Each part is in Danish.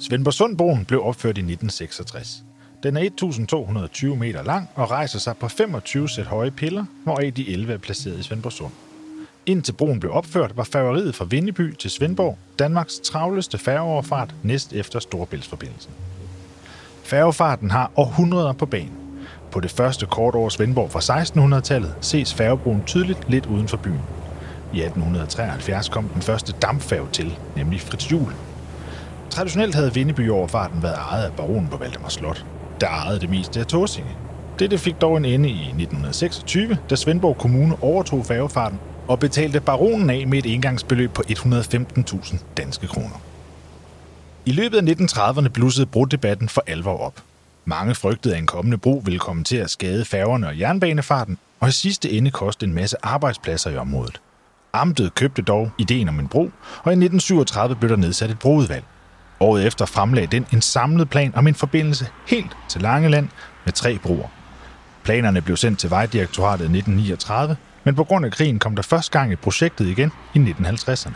Svendborgsundbroen blev opført i 1966. Den er 1.220 meter lang og rejser sig på 25 sæt høje piller, hvoraf de 11 er placeret i Svendborgsund. Indtil broen blev opført, var færgeriet fra Vindeby til Svendborg Danmarks travleste færgeoverfart næst efter Storebæltsforbindelsen. Færgefarten har århundreder på banen. På det første kort over Svendborg fra 1600-tallet ses færgebroen tydeligt lidt uden for byen. I 1873 kom den første dampfærge til, nemlig Frits Juel. Traditionelt havde Vindeby-overfarten været ejet af baronen på Valdemar Slot, der ejede det meste af Tåsinge. Dette fik dog en ende i 1926, da Svendborg Kommune overtog færgefarten og betalte baronen af med et engangsbeløb på 115.000 danske kroner. I løbet af 1930'erne blussede brodebatten for alvor op. Mange frygtede, at en kommende bro ville komme til at skade færgerne og jernbanefarten, og i sidste ende koste en masse arbejdspladser i området. Amtet købte dog ideen om en bro, og i 1937 blev der nedsat et broudvalg. Året efter fremlagde den en samlet plan om en forbindelse helt til Langeland med 3 broer. Planerne blev sendt til Vejdirektoratet i 1939, men på grund af krigen kom der første gang i projektet igen i 1950'erne.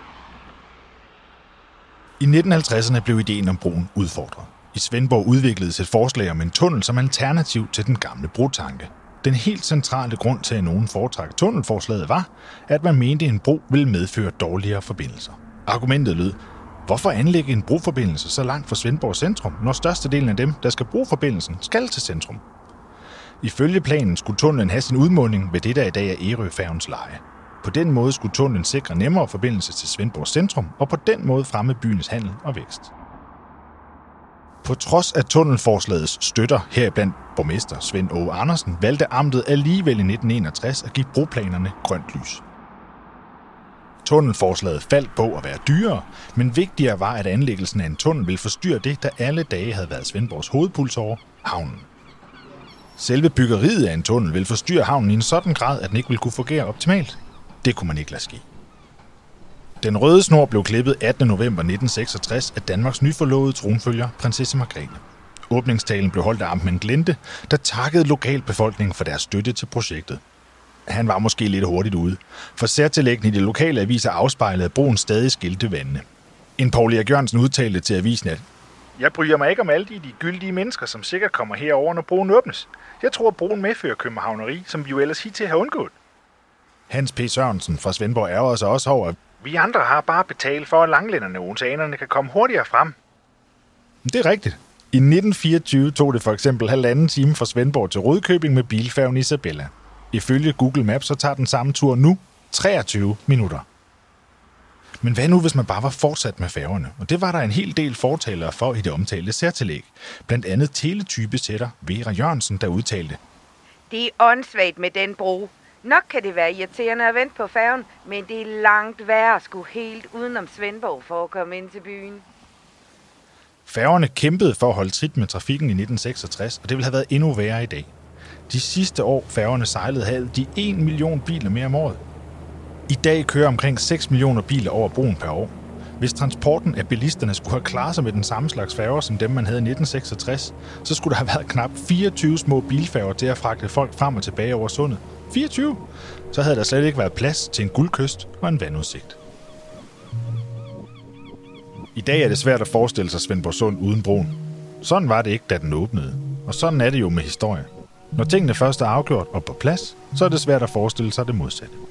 I 1950'erne blev ideen om broen udfordret. I Svendborg udvikledes et forslag om en tunnel som alternativ til den gamle brotanke. Den helt centrale grund til, at nogen foretrak tunnelforslaget var, at man mente, at en bro ville medføre dårligere forbindelser. Argumentet lød: hvorfor anlægge en broforbindelse så langt fra Svendborg centrum, når størstedelen af dem, der skal bruge forbindelsen, skal til centrum? Ifølge planen skulle tunnelen have sin udmunding ved det, der i dag er Ærøfærgens leje. På den måde skulle tunnelen sikre nemmere forbindelse til Svendborg centrum, og på den måde fremme byens handel og vækst. På trods af tunnelforslagets støtter, heriblandt borgmester Svend Åge Andersen, valgte amtet alligevel i 1961 at give broplanerne grønt lys. Tunnelforslaget faldt på at være dyrere, men vigtigere var, at anlæggelsen af en tunnel ville forstyrre det, der alle dage havde været Svendborgs hovedpulsåre, havnen. Selve byggeriet af en tunnel ville forstyrre havnen i en sådan grad, at den ikke ville kunne fungere optimalt. Det kunne man ikke lade ske. Den røde snor blev klippet 18. november 1966 af Danmarks nyforlovede tronfølger, prinsesse Margrethe. Åbningstalen blev holdt af amtmand Glente, der takkede lokalbefolkningen for deres støtte til projektet. Han var måske lidt hurtigt ude, for særtillæggene i de lokale aviser afspejlede, at broen stadig skilte vandene. En Poul Erik Jørgensen udtalte til avisen, at jeg bryder mig ikke om alle de gyldige mennesker, som sikkert kommer herover, når broen åbnes. Jeg tror, at broen medfører københavneri, som vi jo ellers hidtil har undgået. Hans P. Sørensen fra Svendborg ærger sig også over, at vi andre har bare betalt for, at langlænderne og oceanerne kan komme hurtigere frem. Det er rigtigt. I 1924 tog det for eksempel 1,5 time fra Svendborg til Rudkøbing med bilfærgen Isabella. Ifølge Google Maps så tager den samme tur nu 23 minutter. Men hvad nu, hvis man bare var fortsat med færgerne? Og det var der en hel del fortalere for i det omtalte særtillæg. Blandt andet teletypesætter Vera Jørgensen, der udtalte: det er åndssvagt med den bro. Nok kan det være irriterende at vente på færgen, men det er langt værre at skulle helt udenom Svendborg for at komme ind til byen. Færgerne kæmpede for at holde trit med trafikken i 1966, og det ville have været endnu værre i dag. De sidste år færgerne sejlede havde de 1 million biler mere om året. I dag kører omkring 6 millioner biler over broen per år. Hvis transporten af bilisterne skulle have klaret sig med den samme slags færger som dem, man havde i 1966, så skulle der have været knap 24 små bilfærger til at fragte folk frem og tilbage over sundet. 24? Så havde der slet ikke været plads til en guldkyst og en vandudsigt. I dag er det svært at forestille sig Svendborgsund uden broen. Sådan var det ikke, da den åbnede. Og sådan er det jo med historie. Når tingene først er afgjort og på plads, så er det svært at forestille sig det modsatte.